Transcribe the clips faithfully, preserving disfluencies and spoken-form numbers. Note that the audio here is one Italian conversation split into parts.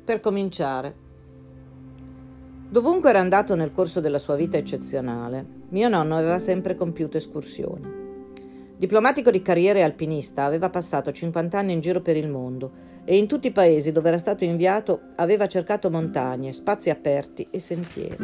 Per cominciare, dovunque era andato nel corso della sua vita eccezionale, mio nonno aveva sempre compiuto escursioni. Diplomatico di carriera e alpinista, aveva passato cinquanta anni in giro per il mondo e in tutti i paesi dove era stato inviato aveva cercato montagne, spazi aperti e sentieri.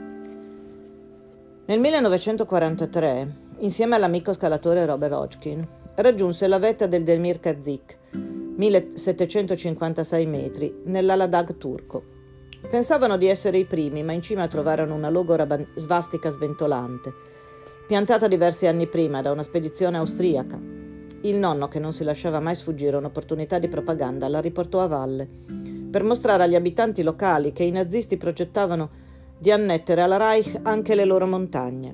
Nel millenovecentoquarantatré, insieme all'amico scalatore Robert Hodgkin, raggiunse la vetta del Demir Kazik, millesettecentocinquantasei metri, nell'Aladag turco. Pensavano di essere i primi, ma in cima trovarono una logora svastica sventolante, piantata diversi anni prima da una spedizione austriaca. Il nonno, che non si lasciava mai sfuggire un'opportunità di propaganda, la riportò a valle, per mostrare agli abitanti locali che i nazisti progettavano di annettere alla Reich anche le loro montagne.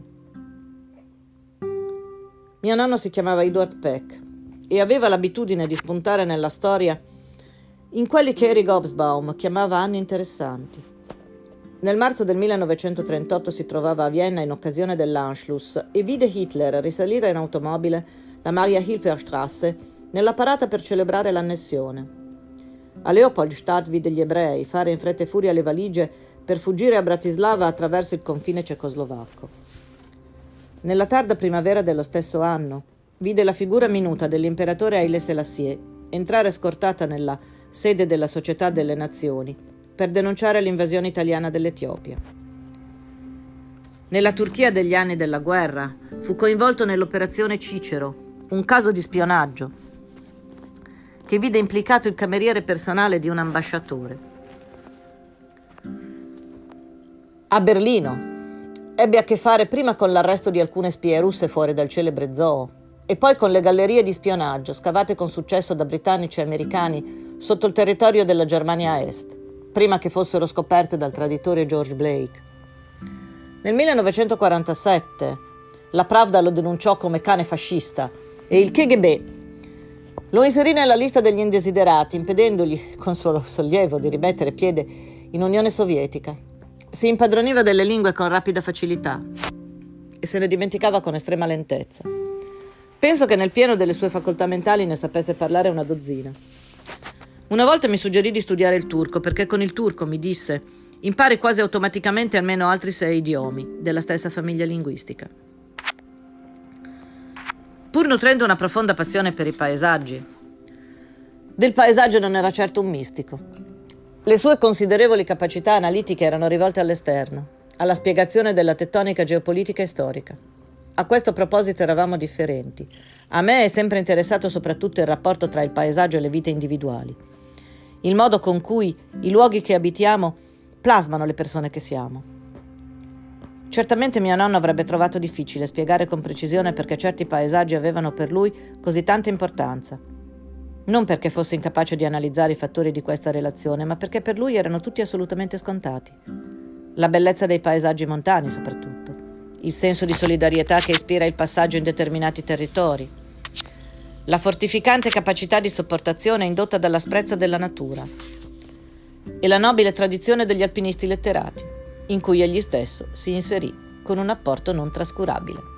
Mio nonno si chiamava Eduard Peck e aveva l'abitudine di spuntare nella storia in quelli che Erich Hobsbawm chiamava anni interessanti. Nel marzo del millenovecentotrentotto si trovava a Vienna in occasione dell'Anschluss e vide Hitler risalire in automobile la Maria-Hilfer-Straße nella parata per celebrare l'annessione. A Leopoldstadt vide gli ebrei fare in fretta e furia le valigie per fuggire a Bratislava attraverso il confine cecoslovacco. Nella tarda primavera dello stesso anno vide la figura minuta dell'imperatore Haile Selassie entrare scortata nella sede della Società delle Nazioni per denunciare l'invasione italiana dell'Etiopia. Nella Turchia degli anni della guerra fu coinvolto nell'operazione Cicero, un caso di spionaggio che vide implicato il cameriere personale di un ambasciatore. A Berlino ebbe a che fare prima con l'arresto di alcune spie russe fuori dal celebre zoo e poi con le gallerie di spionaggio scavate con successo da britannici e americani sotto il territorio della Germania Est, prima che fossero scoperte dal traditore George Blake. Nel millenovecentoquarantasette la Pravda lo denunciò come cane fascista e il K G B lo inserì nella lista degli indesiderati, impedendogli, con suo sollievo, di rimettere piede in Unione Sovietica. Si impadroniva delle lingue con rapida facilità e se ne dimenticava con estrema lentezza. Penso che nel pieno delle sue facoltà mentali ne sapesse parlare una dozzina. Una volta mi suggerì di studiare il turco perché con il turco, mi disse, impari quasi automaticamente almeno altri sei idiomi della stessa famiglia linguistica. Pur nutrendo una profonda passione per i paesaggi, del paesaggio non era certo un mistico. Le sue considerevoli capacità analitiche erano rivolte all'esterno, alla spiegazione della tettonica geopolitica e storica. A questo proposito eravamo differenti. A me è sempre interessato soprattutto il rapporto tra il paesaggio e le vite individuali, il modo con cui i luoghi che abitiamo plasmano le persone che siamo. Certamente mio nonno avrebbe trovato difficile spiegare con precisione perché certi paesaggi avevano per lui così tanta importanza. Non perché fosse incapace di analizzare i fattori di questa relazione, ma perché per lui erano tutti assolutamente scontati. La bellezza dei paesaggi montani, soprattutto. Il senso di solidarietà che ispira il passaggio in determinati territori. La fortificante capacità di sopportazione indotta dall'asprezza della natura. E la nobile tradizione degli alpinisti letterati, in cui egli stesso si inserì con un apporto non trascurabile.